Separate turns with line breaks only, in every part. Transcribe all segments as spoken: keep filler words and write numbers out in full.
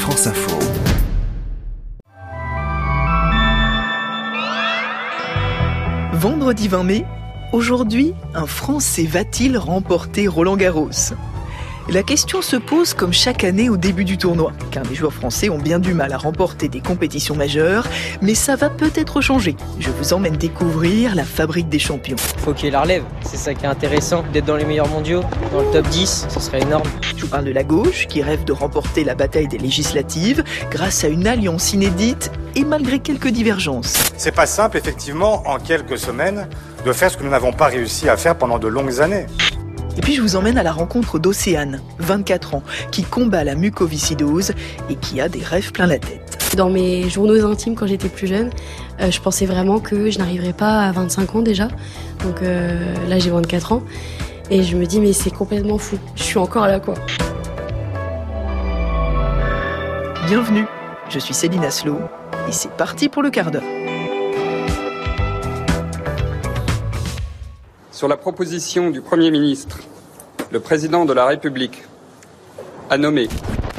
France Info.
Vendredi vingt mai, aujourd'hui, un Français va-t-il remporter Roland-Garros ? La question se pose comme chaque année au début du tournoi, car les joueurs français ont bien du mal à remporter des compétitions majeures, mais ça va peut-être changer. Je vous emmène découvrir la fabrique des champions.
Faut qu'il y ait la relève, c'est ça qui est intéressant, d'être dans les meilleurs mondiaux, dans le top dix, ce serait énorme.
Je vous parle de la gauche, qui rêve de remporter la bataille des législatives, grâce à une alliance inédite et malgré quelques divergences.
C'est pas simple, effectivement, en quelques semaines, de faire ce que nous n'avons pas réussi à faire pendant de longues années.
Et puis je vous emmène à la rencontre d'Océane, vingt-quatre ans, qui combat la mucoviscidose et qui a des rêves plein la tête.
Dans mes journaux intimes quand j'étais plus jeune, euh, je pensais vraiment que je n'arriverais pas à vingt-cinq ans déjà. Donc euh, là j'ai vingt-quatre ans et je me dis mais c'est complètement fou, je suis encore là quoi.
Bienvenue, je suis Céline Aslo et c'est parti pour le quart d'heure.
Sur la proposition du Premier ministre, le Président de la République a nommé...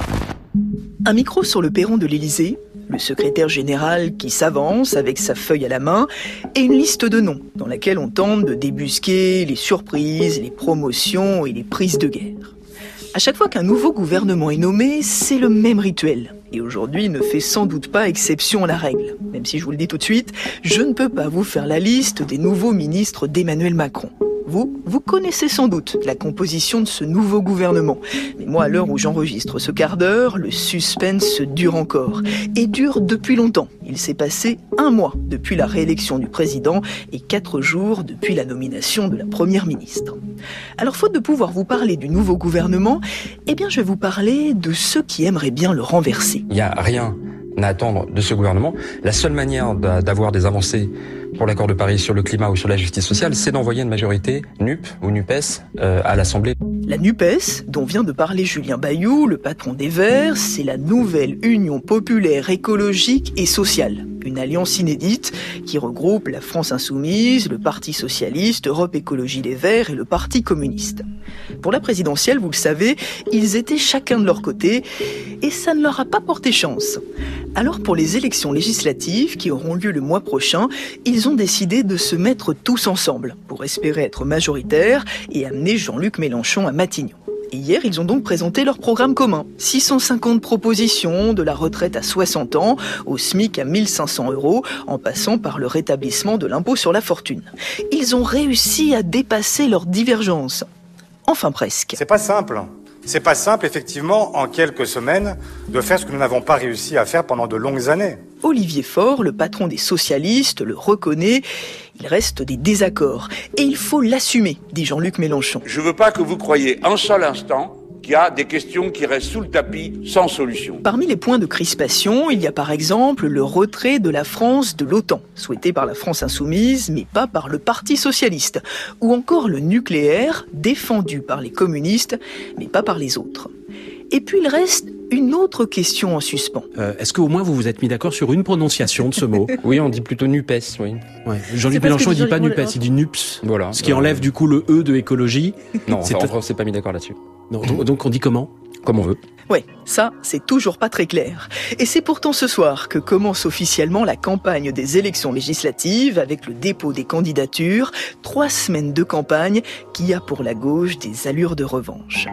Un micro sur le perron de l'Élysée, le secrétaire général qui s'avance avec sa feuille à la main et une liste de noms dans laquelle on tente de débusquer les surprises, les promotions et les prises de guerre. À chaque fois qu'un nouveau gouvernement est nommé, c'est le même rituel. Et aujourd'hui ne fait sans doute pas exception à la règle. Même si je vous le dis tout de suite, je ne peux pas vous faire la liste des nouveaux ministres d'Emmanuel Macron. Vous, vous connaissez sans doute la composition de ce nouveau gouvernement. Mais moi, à l'heure où j'enregistre ce quart d'heure, le suspense dure encore. Et dure depuis longtemps. Il s'est passé un mois depuis la réélection du président et quatre jours depuis la nomination de la première ministre. Alors, faute de pouvoir vous parler du nouveau gouvernement, eh bien, je vais vous parler de ceux qui aimeraient bien le renverser.
Il n'y a rien à attendre de ce gouvernement. La seule manière d'avoir des avancées pour l'accord de Paris sur le climat ou sur la justice sociale, c'est d'envoyer une majorité N U P ou NUPES euh, à l'Assemblée.
La NUPES, dont vient de parler Julien Bayou, le patron des Verts, c'est la nouvelle Union populaire écologique et sociale. Une alliance inédite qui regroupe la France Insoumise, le Parti Socialiste, Europe Écologie Les Verts et le Parti Communiste. Pour la présidentielle, vous le savez, ils étaient chacun de leur côté et ça ne leur a pas porté chance. Alors pour les élections législatives qui auront lieu le mois prochain, ils ont décidé de se mettre tous ensemble pour espérer être majoritaires et amener Jean-Luc Mélenchon à Matignon. Et hier, ils ont donc présenté leur programme commun. six cent cinquante propositions, de la retraite à soixante ans, au SMIC à mille cinq cents euros, en passant par le rétablissement de l'impôt sur la fortune. Ils ont réussi à dépasser leurs divergences. Enfin presque.
C'est pas simple. C'est pas simple, effectivement, en quelques semaines, de faire ce que nous n'avons pas réussi à faire pendant de longues années.
Olivier Faure, le patron des socialistes, le reconnaît. Il reste des désaccords. Et il faut l'assumer, dit Jean-Luc Mélenchon.
Je veux pas que vous croyiez un seul instant qu'il y a des questions qui restent sous le tapis sans solution.
Parmi les points de crispation, il y a par exemple le retrait de la France de l'OTAN, souhaité par la France Insoumise, mais pas par le Parti Socialiste. Ou encore le nucléaire, défendu par les communistes, mais pas par les autres. Et puis il reste une autre question en suspens.
Euh, est-ce qu'au moins vous vous êtes mis d'accord sur une prononciation de ce mot ?
Oui, on dit plutôt NUPES, oui.
Ouais. Jean-Luc Mélenchon, il dit pas NUPES, il dit NUPS.
Voilà.
Ce qui enlève du coup le E de écologie.
Non,
c'est
enfin, on s'est pas mis d'accord là-dessus.
Non, donc, donc on dit comment ?
Comme on veut.
Ouais, ça, c'est toujours pas très clair. Et c'est pourtant ce soir que commence officiellement la campagne des élections législatives avec le dépôt des candidatures. Trois semaines de campagne qui a pour la gauche des allures de revanche.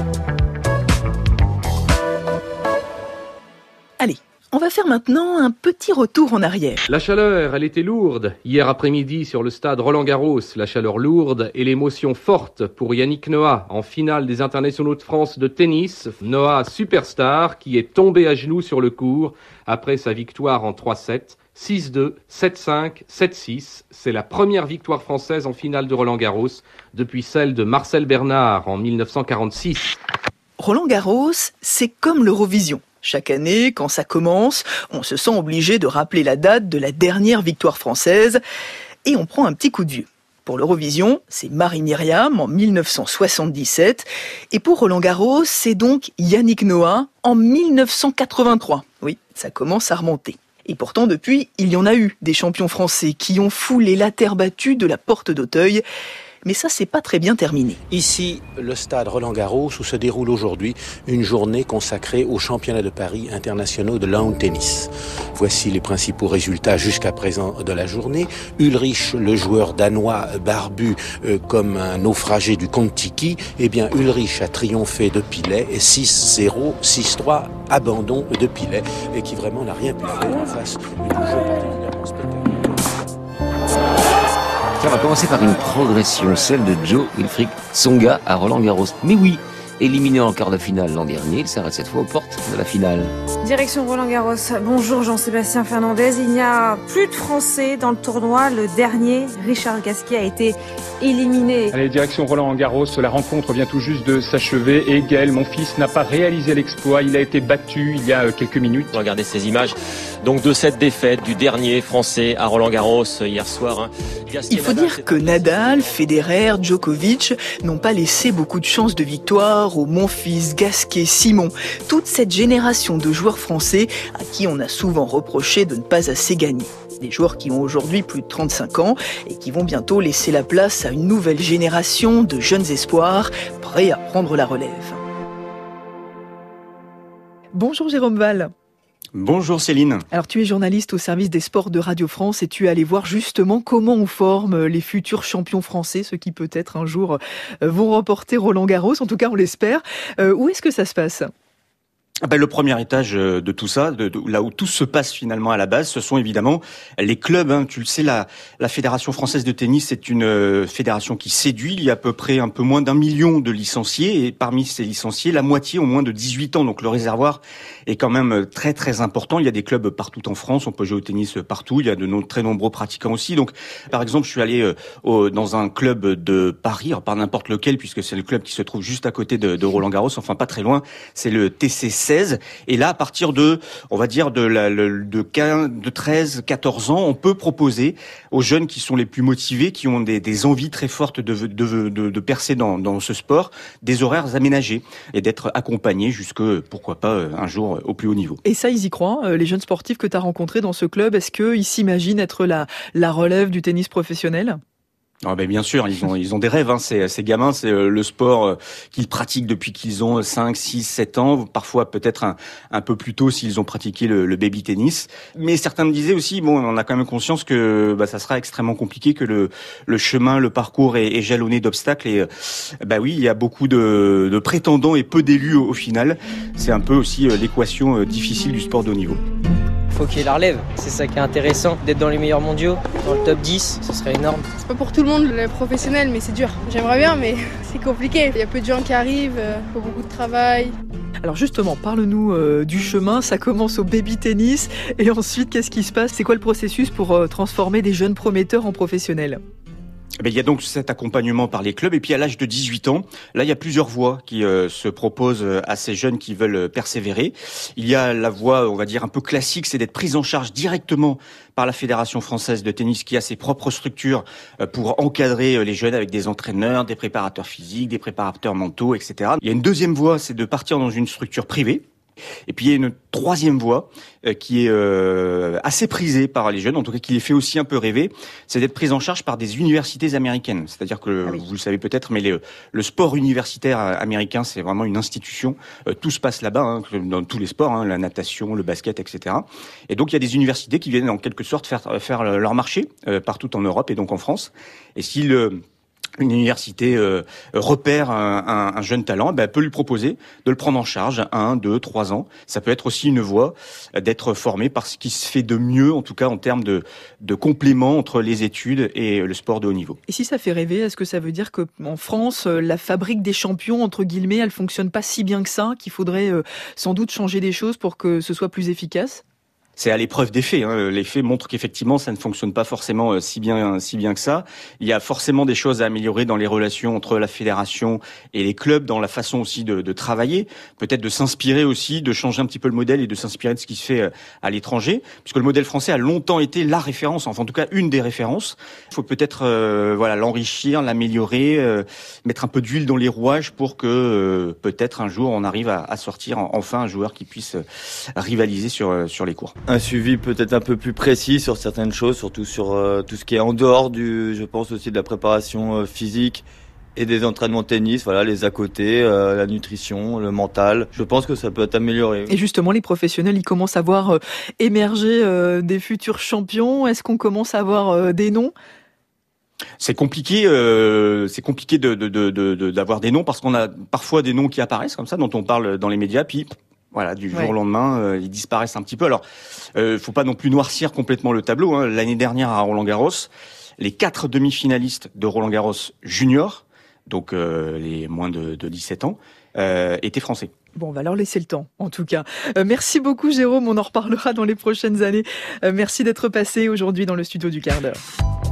Allez, on va faire maintenant un petit retour en arrière.
La chaleur, elle était lourde. Hier après-midi sur le stade Roland-Garros, la chaleur lourde et l'émotion forte pour Yannick Noah en finale des internationaux de France de tennis. Noah superstar qui est tombé à genoux sur le court après sa victoire en trois sept. six deux, sept cinq, sept six. C'est la première victoire française en finale de Roland-Garros depuis celle de Marcel Bernard en mille neuf cent quarante-six.
Roland-Garros, c'est comme l'Eurovision. Chaque année, quand ça commence, on se sent obligé de rappeler la date de la dernière victoire française et on prend un petit coup de vieux. Pour l'Eurovision, c'est Marie-Myriam en mille neuf cent soixante-dix-sept et pour Roland-Garros, c'est donc Yannick Noah en mille neuf cent quatre-vingt-trois. Oui, ça commence à remonter. Et pourtant, depuis, il y en a eu des champions français qui ont foulé la terre battue de la porte d'Auteuil. Mais ça, c'est pas très bien terminé.
Ici, le stade Roland-Garros, où se déroule aujourd'hui une journée consacrée aux championnats de Paris internationaux de lawn tennis. Voici les principaux résultats jusqu'à présent de la journée. Ulrich, le joueur danois barbu euh, comme un naufragé du Kon-Tiki, eh bien Ulrich a triomphé de Pilet, six zéro, six trois, abandon de Pilet, et qui vraiment n'a rien pu faire en face du jeu particulièrement spectaculaire.
On va commencer par une progression, celle de Jo Wilfried Tsonga à Roland-Garros. Mais oui, éliminé en quart de finale l'an dernier, il s'arrête cette fois aux portes de la finale.
Direction Roland-Garros. Bonjour Jean-Sébastien Fernandez. Il n'y a plus de Français dans le tournoi. Le dernier, Richard Gasquet, a été éliminé.
Allez, direction Roland-Garros. La rencontre vient tout juste de s'achever et Gaël, mon fils, n'a pas réalisé l'exploit. Il a été battu il y a quelques minutes.
Regardez ces images donc de cette défaite du dernier Français à Roland-Garros hier soir. Hein.
Il faut dire que Nadal, Federer, Djokovic n'ont pas laissé beaucoup de chances de victoire au Monfils, Gasquet, Simon. Toute cette génération de joueurs français à qui on a souvent reproché de ne pas assez gagner. Des joueurs qui ont aujourd'hui plus de trente-cinq ans et qui vont bientôt laisser la place à une nouvelle génération de jeunes espoirs prêts à prendre la relève. Bonjour Jérôme Val.
Bonjour Céline.
Alors tu es journaliste au service des sports de Radio France et tu es allé voir justement comment on forme les futurs champions français, ceux qui peut-être un jour vont remporter Roland-Garros, en tout cas on l'espère. Euh, où est-ce que ça se passe ?
Ben, le premier étage de tout ça, de, de, là où tout se passe finalement à la base, ce sont évidemment les clubs. Hein. Tu le sais, la, la Fédération française de tennis est une euh, fédération qui séduit. Il y a à peu près un peu moins d'un million de licenciés et parmi ces licenciés, la moitié ont moins de dix-huit ans. Donc le réservoir est quand même très très important. Il y a des clubs partout en France. On peut jouer au tennis partout. Il y a de no- très nombreux pratiquants aussi. Donc par exemple, je suis allé euh, au, dans un club de Paris, alors pas n'importe lequel puisque c'est le club qui se trouve juste à côté de, de Roland-Garros, enfin pas très loin. C'est le T C seize. Et là, à partir de, on va dire, de, la, de, quinze, de treize, quatorze ans, on peut proposer aux jeunes qui sont les plus motivés, qui ont des, des envies très fortes de, de, de, de percer dans, dans ce sport, des horaires aménagés et d'être accompagnés jusque, pourquoi pas, un jour au plus haut niveau.
Et ça, ils y croient, les jeunes sportifs que tu as rencontrés dans ce club, est-ce qu'ils s'imaginent être la, la relève du tennis professionnel ?
Ah ben bien sûr, ils ont ils ont des rêves, hein, ces, ces gamins, c'est le sport qu'ils pratiquent depuis qu'ils ont cinq, six, sept ans, parfois peut-être un, un peu plus tôt s'ils ont pratiqué le, le baby tennis. Mais certains me disaient aussi, bon, on a quand même conscience que bah, ça sera extrêmement compliqué, que le, le chemin, le parcours est, est jalonné d'obstacles et bah oui, il y a beaucoup de, de prétendants et peu d'élus au, au final. C'est un peu aussi l'équation difficile du sport de haut niveau.
Faut qu'il y ait la relève, c'est ça qui est intéressant, d'être dans les meilleurs mondiaux, dans le top dix, ce serait énorme.
C'est pas pour tout le monde le professionnel, mais c'est dur. J'aimerais bien, mais c'est compliqué. Il y a peu de gens qui arrivent, il faut beaucoup de travail.
Alors justement, parle-nous euh, du chemin, ça commence au baby tennis, et ensuite qu'est-ce qui se passe ? C'est quoi le processus pour euh, transformer des jeunes prometteurs en professionnels ?
Eh bien, il y a donc cet accompagnement par les clubs et puis à l'âge de dix-huit ans, là il y a plusieurs voies qui euh, se proposent à ces jeunes qui veulent persévérer. Il y a la voie, on va dire un peu classique, c'est d'être pris en charge directement par la Fédération française de tennis qui a ses propres structures pour encadrer les jeunes avec des entraîneurs, des préparateurs physiques, des préparateurs mentaux, et cetera. Il y a une deuxième voie, c'est de partir dans une structure privée. Et puis il y a une troisième voie euh, qui est euh, assez prisée par les jeunes, en tout cas qui les fait aussi un peu rêver, c'est d'être prise en charge par des universités américaines. C'est-à-dire que, ah oui. Vous le savez peut-être, mais les, le sport universitaire américain, c'est vraiment une institution. Euh, tout se passe là-bas, hein, dans tous les sports, hein, la natation, le basket, et cetera. Et donc il y a des universités qui viennent en quelque sorte faire, faire leur marché euh, partout en Europe et donc en France. Et si le une université euh, repère un, un, un jeune talent, ben, peut lui proposer de le prendre en charge un, deux, trois ans. Ça peut être aussi une voie d'être formé par ce qui se fait de mieux, en tout cas en termes de, de complément entre les études et le sport de haut niveau.
Et si ça fait rêver, est-ce que ça veut dire qu'en France, la fabrique des champions, entre guillemets, elle fonctionne pas si bien que ça, qu'il faudrait euh, sans doute changer des choses pour que ce soit plus efficace ?
C'est à l'épreuve des faits. Hein. Les faits montrent qu'effectivement, ça ne fonctionne pas forcément si bien, si bien que ça. Il y a forcément des choses à améliorer dans les relations entre la fédération et les clubs, dans la façon aussi de, de travailler, peut-être de s'inspirer aussi, de changer un petit peu le modèle et de s'inspirer de ce qui se fait à l'étranger, puisque le modèle français a longtemps été la référence, enfin en tout cas une des références. Il faut peut-être euh, voilà l'enrichir, l'améliorer, euh, mettre un peu d'huile dans les rouages pour que euh, peut-être un jour on arrive à, à sortir enfin un joueur qui puisse rivaliser sur, sur les cours.
Un suivi peut-être un peu plus précis sur certaines choses, surtout sur euh, tout ce qui est en dehors du, je pense aussi de la préparation euh, physique et des entraînements de tennis, voilà, les à côté, euh, la nutrition, le mental. Je pense que ça peut être amélioré.
Et justement, les professionnels, ils commencent à voir euh, émerger euh, des futurs champions. Est-ce qu'on commence à voir euh, des noms ?
C'est compliqué, euh, c'est compliqué de, de, de, de, d'avoir des noms parce qu'on a parfois des noms qui apparaissent comme ça, dont on parle dans les médias, puis voilà, du jour ouais. au lendemain, euh, ils disparaissent un petit peu. Alors, euh, faut pas non plus noircir complètement le tableau. Hein. L'année dernière à Roland-Garros, les quatre demi-finalistes de Roland-Garros junior, donc euh, les moins de, de dix-sept ans, euh, étaient français.
Bon, on va leur laisser le temps, en tout cas. Euh, merci beaucoup, Jérôme. On en reparlera dans les prochaines années. Euh, merci d'être passé aujourd'hui dans le studio du quart d'heure.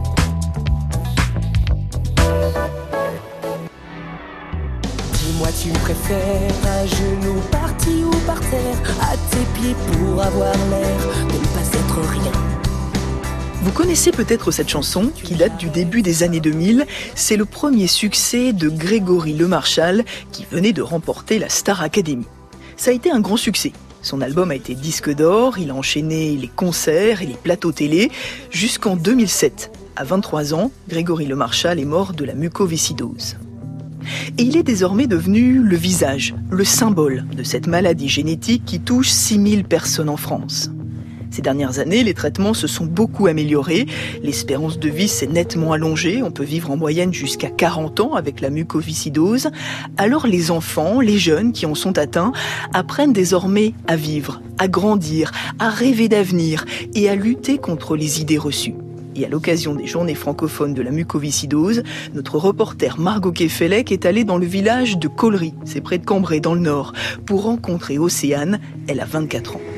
Dis-moi, tu préfères à genoux partis ou par terre, à tes pieds pour avoir l'air de ne pas être rien.
Vous connaissez peut-être cette chanson qui date du début des années deux mille. C'est le premier succès de Grégory Lemarchal qui venait de remporter la Star Academy. Ça a été un grand succès. Son album a été disque d'or, il a enchaîné les concerts et les plateaux télé jusqu'en deux mille sept. À vingt-trois ans, Grégory Lemarchal est mort de la mucoviscidose. Et il est désormais devenu le visage, le symbole de cette maladie génétique qui touche six mille personnes en France. Ces dernières années, les traitements se sont beaucoup améliorés. L'espérance de vie s'est nettement allongée. On peut vivre en moyenne jusqu'à quarante ans avec la mucoviscidose. Alors les enfants, les jeunes qui en sont atteints, apprennent désormais à vivre, à grandir, à rêver d'avenir et à lutter contre les idées reçues. Et à l'occasion des journées francophones de la mucoviscidose, notre reporter Margot Kefelec est allée dans le village de Collery, c'est près de Cambrai dans le Nord, pour rencontrer Océane. Elle a vingt-quatre ans.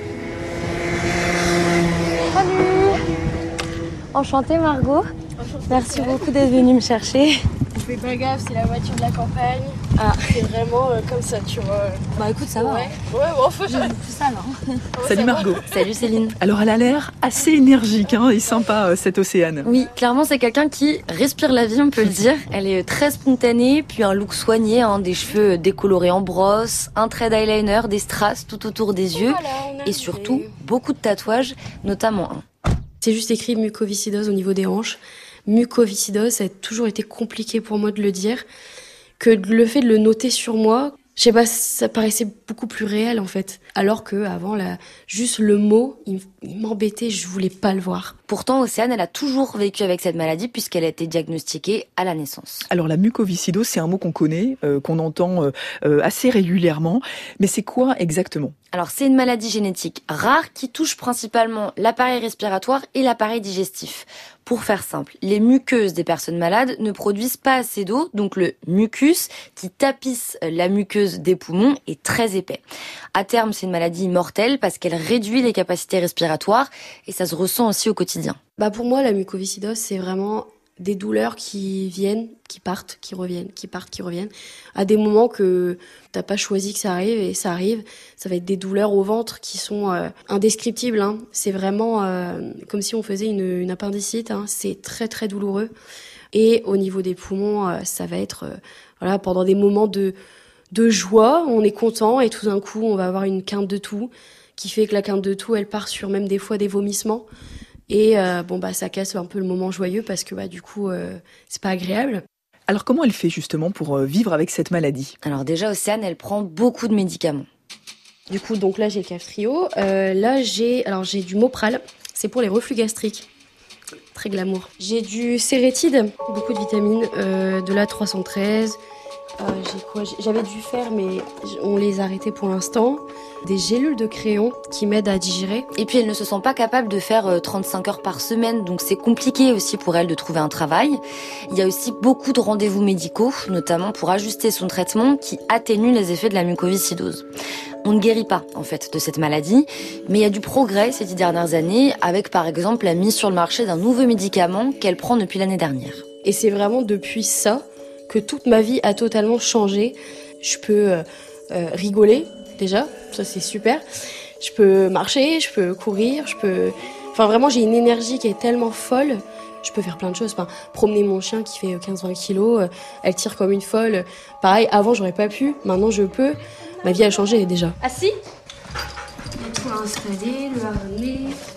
Enchantée Margot, enchantée. Merci beaucoup d'être venue me chercher.
Je fais pas gaffe, c'est la voiture de la campagne.
Ah.
C'est vraiment euh, comme ça, tu vois.
Bah écoute, ça va.
Ouais,
hein.
ouais bon, enfin,
j'ai plus ça là.
Salut Margot.
Salut Céline.
Alors elle a l'air assez énergique hein, et sympa euh, cette Océane.
Oui, clairement c'est quelqu'un qui respire la vie, on peut le dire. Elle est très spontanée, puis un look soigné, hein, des cheveux décolorés en brosse, un trait d'eyeliner, des strass tout autour des yeux voilà, et surtout beaucoup de tatouages, notamment un.
C'est juste écrit mucoviscidose au niveau des hanches. Mucoviscidose, ça a toujours été compliqué pour moi de le dire. Que le fait de le noter sur moi, je sais pas, ça paraissait beaucoup plus réel en fait. Alors que avant, là, juste le mot, il, il m'embêtait, je voulais pas le voir.
Pourtant, Océane, elle a toujours vécu avec cette maladie puisqu'elle a été diagnostiquée à la naissance.
Alors la mucoviscidose, c'est un mot qu'on connaît, euh, qu'on entend euh, assez régulièrement. Mais c'est quoi exactement ?
Alors c'est une maladie génétique rare qui touche principalement l'appareil respiratoire et l'appareil digestif. Pour faire simple, les muqueuses des personnes malades ne produisent pas assez d'eau, donc le mucus qui tapisse la muqueuse des poumons est très épais. À terme, c'est une maladie mortelle parce qu'elle réduit les capacités respiratoires et ça se ressent aussi au quotidien.
Bah pour moi, la mucoviscidose, c'est vraiment des douleurs qui viennent, qui partent, qui reviennent, qui partent, qui reviennent, à des moments que t'as pas choisi que ça arrive et ça arrive. Ça va être des douleurs au ventre qui sont euh, indescriptibles. Hein. C'est vraiment euh, comme si on faisait une, une appendicite. Hein. C'est très très douloureux. Et au niveau des poumons, euh, ça va être euh, voilà pendant des moments de de joie, on est content et tout d'un coup on va avoir une quinte de toux qui fait que la quinte de toux elle part sur même des fois des vomissements. Et euh, bon bah ça casse un peu le moment joyeux parce que bah du coup euh, c'est pas agréable.
Alors comment elle fait justement pour euh, vivre avec cette maladie ?
Alors déjà Océane, elle prend beaucoup de médicaments.
Du coup donc là j'ai le Kaftrio, euh, là j'ai alors j'ai du Mopral, c'est pour les reflux gastriques. Très glamour. J'ai du Sérétide, beaucoup de vitamines, euh, de la trois cent treize. Euh, j'ai quoi J'avais du fer mais on les a arrêtés pour l'instant. Des gélules de crayon qui m'aident à digérer.
Et puis elle ne se sent pas capable de faire trente-cinq heures par semaine, donc c'est compliqué aussi pour elle de trouver un travail. Il y a aussi beaucoup de rendez-vous médicaux, notamment pour ajuster son traitement qui atténue les effets de la mucoviscidose. On ne guérit pas en fait de cette maladie, mais il y a du progrès ces dix dernières années avec par exemple la mise sur le marché d'un nouveau médicament qu'elle prend depuis l'année dernière.
Et c'est vraiment depuis ça que toute ma vie a totalement changé. Je peux euh, euh, rigoler déjà, ça c'est super. Je peux marcher, je peux courir, je peux... Enfin vraiment j'ai une énergie qui est tellement folle. Je peux faire plein de choses. Enfin, promener mon chien qui fait quinze vingt kilos, elle tire comme une folle. Pareil, avant j'aurais pas pu, maintenant je peux. Ma vie a changé déjà.
Assis ?
On l'a installé, le harnais.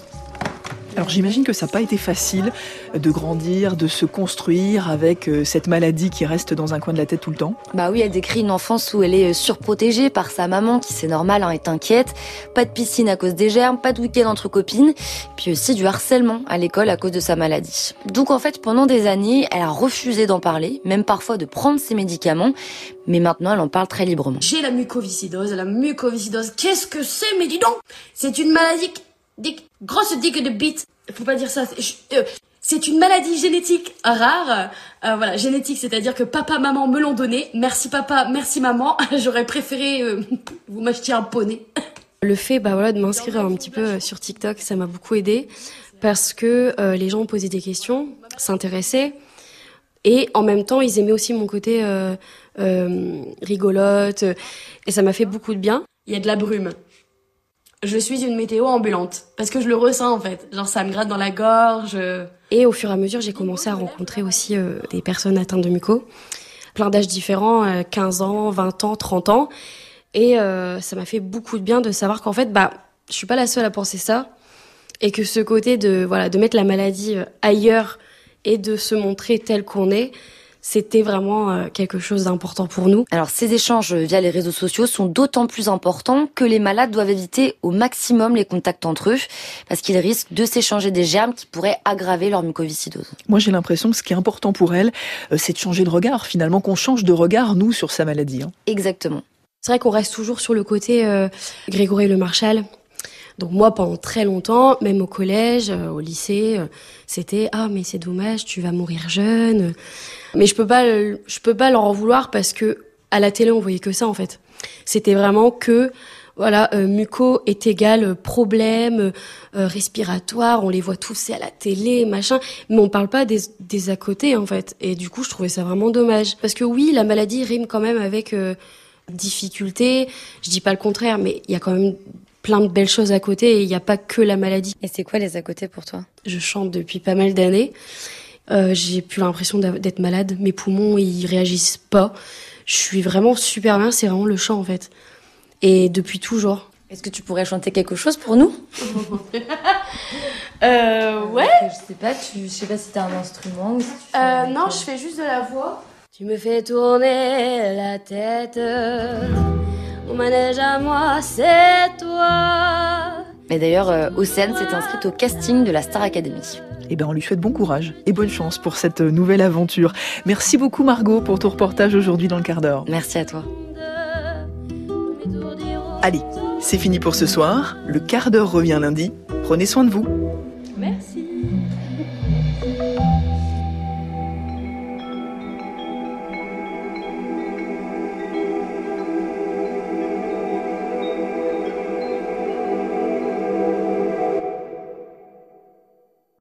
Alors j'imagine que ça n'a pas été facile de grandir, de se construire avec cette maladie qui reste dans un coin de la tête tout le temps.
Bah oui, elle décrit une enfance où elle est surprotégée par sa maman qui, c'est normal, hein, est inquiète. Pas de piscine à cause des germes, pas de week-end entre copines. Puis aussi du harcèlement à l'école à cause de sa maladie. Donc en fait, pendant des années, elle a refusé d'en parler, même parfois de prendre ses médicaments. Mais maintenant, elle en parle très librement.
J'ai la mucoviscidose. La mucoviscidose, qu'est-ce que c'est? Mais dis donc, c'est une maladie... Dick, grosse dick de bite. Faut pas dire ça. C'est, euh, c'est une maladie génétique rare. Euh, voilà, génétique, c'est-à-dire que papa, maman me l'ont donné. Merci papa, merci maman. J'aurais préféré euh, vous m'achetiez un poney. Le fait, bah voilà, de m'inscrire un petit peu sur TikTok, ça m'a beaucoup aidé parce que euh, les gens posaient des questions, s'intéressaient et en même temps, ils aimaient aussi mon côté euh, euh, rigolote et ça m'a fait beaucoup de bien. Il y a de la brume. Je suis une météo ambulante, parce que je le ressens en fait, genre ça me gratte dans la gorge. Et au fur et à mesure, j'ai commencé à rencontrer aussi euh, des personnes atteintes de muco, plein d'âges différents, euh, quinze ans, vingt ans, trente ans. Et euh, ça m'a fait beaucoup de bien de savoir qu'en fait, bah, je suis pas la seule à penser ça, et que ce côté de, voilà, de mettre la maladie ailleurs et de se montrer tel qu'on est, c'était vraiment quelque chose d'important pour nous.
Alors ces échanges via les réseaux sociaux sont d'autant plus importants que les malades doivent éviter au maximum les contacts entre eux parce qu'ils risquent de s'échanger des germes qui pourraient aggraver leur mucoviscidose.
Moi j'ai l'impression que ce qui est important pour elle, c'est de changer de regard finalement, qu'on change de regard nous sur sa maladie. Hein.
Exactement.
C'est vrai qu'on reste toujours sur le côté euh, Grégory Le Marchal. Donc moi, pendant très longtemps, même au collège, euh, au lycée, euh, c'était « Ah, mais c'est dommage, tu vas mourir jeune ». Mais je peux pas, je peux pas leur en vouloir parce que à la télé, on voyait que ça, en fait. C'était vraiment que, voilà, euh, muco est égal problème euh, respiratoire, on les voit tous à la télé, machin, mais on parle pas des, des à côté, en fait. Et du coup, je trouvais ça vraiment dommage. Parce que oui, la maladie rime quand même avec euh, difficulté, je dis pas le contraire, mais il y a quand même plein de belles choses à côté et il n'y a pas que la maladie.
Et c'est quoi les à côté pour toi?
Je chante depuis pas mal d'années. Euh, j'ai plus l'impression d'être malade. Mes poumons, ils réagissent pas. Je suis vraiment super bien. C'est vraiment le chant, en fait. Et depuis toujours.
Est-ce que tu pourrais chanter quelque chose pour nous?
euh, ouais.
Je sais pas, tu, je sais pas si t'as un instrument ou si tu
fais euh, non, je fais juste de la voix. Tu me fais tourner la tête. Mon manège à moi, c'est toi.
Mais d'ailleurs, euh, Océane s'est inscrite au casting de la Star Academy.
Eh ben, on lui souhaite bon courage et bonne chance pour cette nouvelle aventure. Merci beaucoup Margot pour ton reportage aujourd'hui dans le quart d'heure.
Merci à toi.
Allez, c'est fini pour ce soir. Le quart d'heure revient lundi. Prenez soin de vous.